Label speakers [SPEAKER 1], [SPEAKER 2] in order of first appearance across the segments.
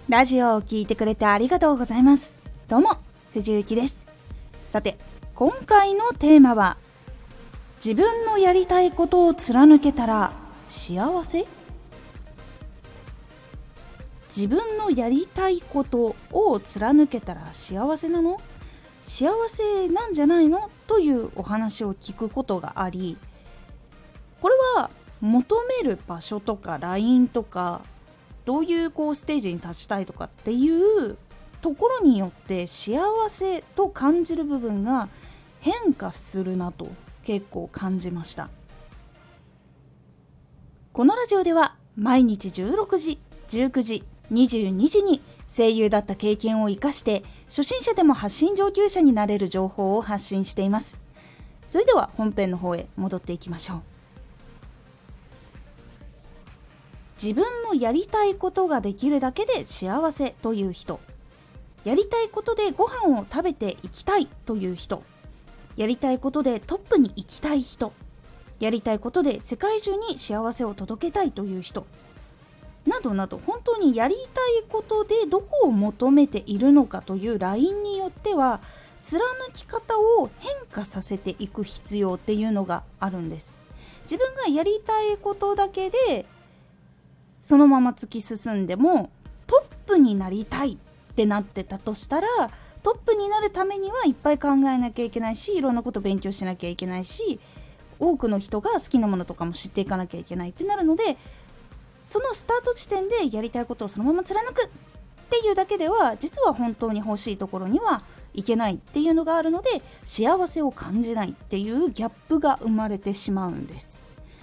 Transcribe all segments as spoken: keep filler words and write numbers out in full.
[SPEAKER 1] ラジオを聞いてくれてありがとうございます。どうも藤幸です。さて、今回のテーマは、自分のやりたいことを貫けたら幸せ？自分のやりたいことを貫けたら幸せなの？幸せなんじゃないの？というお話を聞くことがあり、これは求める場所とかラインとか、どういうこうステージに立ちたいとかっていうところによって幸せと感じる部分が変化するなと結構感じました。このラジオでは毎日じゅうろくじ、じゅうくじ、にじゅうにじに声優だった経験を生かして初心者でも発信上級者になれる情報を発信しています。それでは本編の方へ戻っていきましょう。自分のやりたいことができるだけで幸せという人、やりたいことでご飯を食べていきたいという人、やりたいことでトップに行きたい人、やりたいことで世界中に幸せを届けたいという人などなど、本当にやりたいことでどこを求めているのかというラインによっては貫き方を変化させていく必要っていうのがあるんです。自分がやりたいことだけでそのまま突き進んでもトップになりたいってなってたとしたら、トップになるためにはいっぱい考えなきゃいけないし、いろんなこと勉強しなきゃいけないし、多くの人が好きなものとかも知っていかなきゃいけないってなるので、そのスタート地点でやりたいことをそのまま貫くっていうだけでは実は本当に欲しいところにはいけないっていうのがあるので、幸せを感じないっていうギャップが生まれてしまうんです。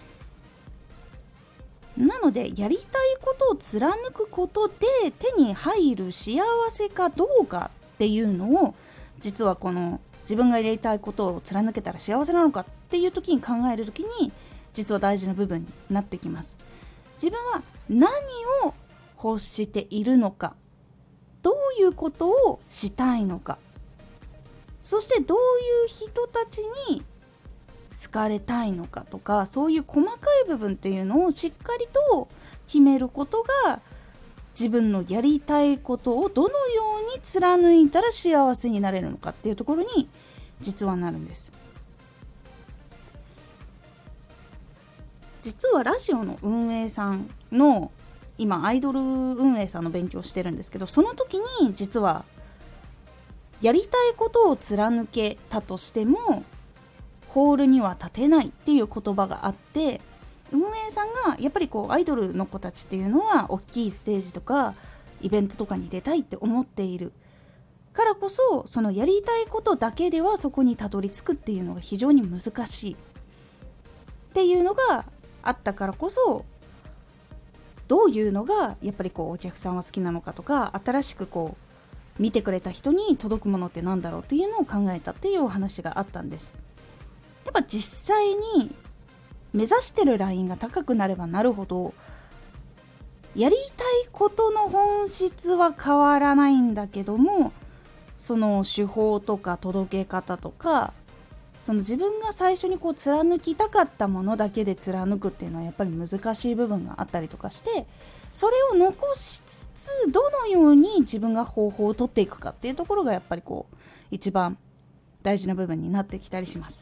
[SPEAKER 1] なので、やりたいことを貫くことで手に入る幸せかどうかっていうのを、実はこの自分がやりたいことを貫けたら幸せなのかっていう時に考える時に、実は大事な部分になってきます。自分は何を欲しているのか、どういうことをしたいのか、そしてどういう人たちに好かれたいのかとか、そういう細かい部分っていうのをしっかりと決めることが、自分のやりたいことをどのように貫いたら幸せになれるのかっていうところに実はなるんです。実はラジオの運営さんの、今アイドル運営さんの勉強をしてるんですけど、その時に実はやりたいことを貫けたとしてもホールには立てないっていう言葉があって、運営さんがやっぱりこうアイドルの子たちっていうのは大きいステージとかイベントとかに出たいって思っているからこそ、そのやりたいことだけではそこにたどり着くっていうのが非常に難しいっていうのがあったからこそ、どういうのがやっぱりこうお客さんは好きなのかとか、新しくこう見てくれた人に届くものってなんだろうっていうのを考えたっていうお話があったんです。やっぱ実際に目指してるラインが高くなればなるほど、やりたいことの本質は変わらないんだけども、その手法とか届け方とか、その自分が最初にこう貫きたかったものだけで貫くっていうのはやっぱり難しい部分があったりとかして、それを残しつつどのように自分が方法を取っていくかっていうところがやっぱりこう一番大事な部分になってきたりします。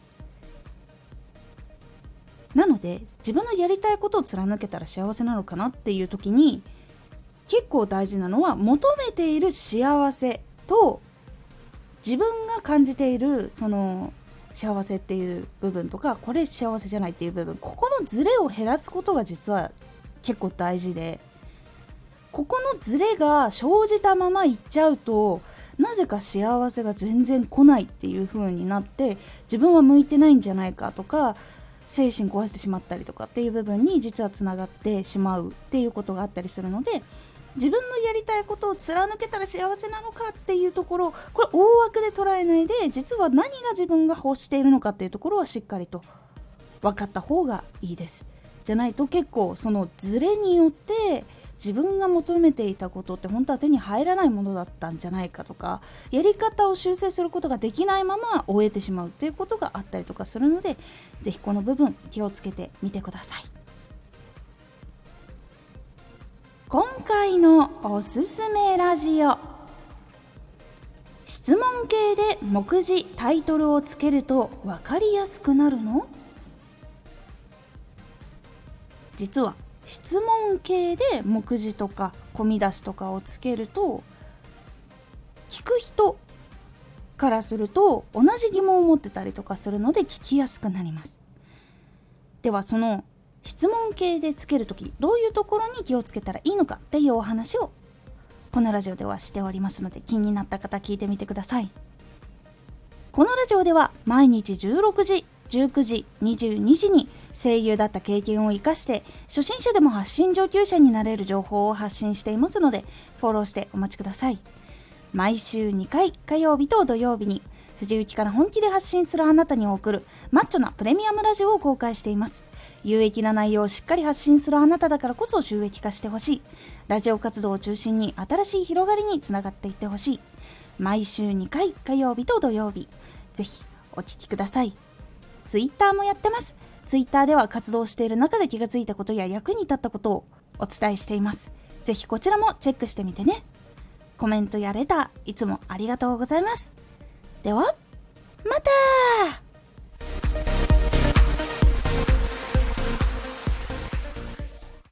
[SPEAKER 1] なので、自分のやりたいことを貫けたら幸せなのかなっていう時に結構大事なのは、求めている幸せと自分が感じているその幸せっていう部分とか、これ幸せじゃないっていう部分、ここのズレを減らすことが実は結構大事で、ここのズレが生じたままいっちゃうと、なぜか幸せが全然来ないっていう風になって、自分は向いてないんじゃないかとか、精神壊してしまったりとかっていう部分に実はつながってしまうっていうことがあったりするので、自分のやりたいことを貫けたら幸せなのかっていうところ、これ大枠で捉えないで、実は何が自分が欲しているのかっていうところはしっかりと分かった方がいいです。じゃないと結構そのズレによって自分が求めていたことって本当は手に入らないものだったんじゃないかとか、やり方を修正することができないまま終えてしまうっていうことがあったりとかするので、ぜひこの部分気をつけてみてください。今回のおすすめラジオ。質問形で目次タイトルをつけると分かりやすくなるの？実は質問形で目次とか込み出しとかをつけると、聞く人からすると同じ疑問を持ってたりとかするので聞きやすくなります。ではその質問形でつけるとき、どういうところに気をつけたらいいのかっていうお話をこのラジオではしておりますので、気になった方聞いてみてください。このラジオでは毎日じゅうろくじ、じゅうくじ、にじゅうにじに声優だった経験を生かして初心者でも発信上級者になれる情報を発信していますので、フォローしてお待ちください。毎週にかい、火曜日と土曜日に藤雪から本気で発信するあなたに送るマッチョなプレミアムラジオを公開しています。有益な内容をしっかり発信するあなただからこそ収益化してほしい。ラジオ活動を中心に新しい広がりにつながっていってほしい。毎週にかい、火曜日と土曜日、ぜひお聞きください。ツイッターもやってます。ツイッターでは活動している中で気がついたことや役に立ったことをお伝えしています。ぜひこちらもチェックしてみてね。コメントやレターいつもありがとうございます。ではまた。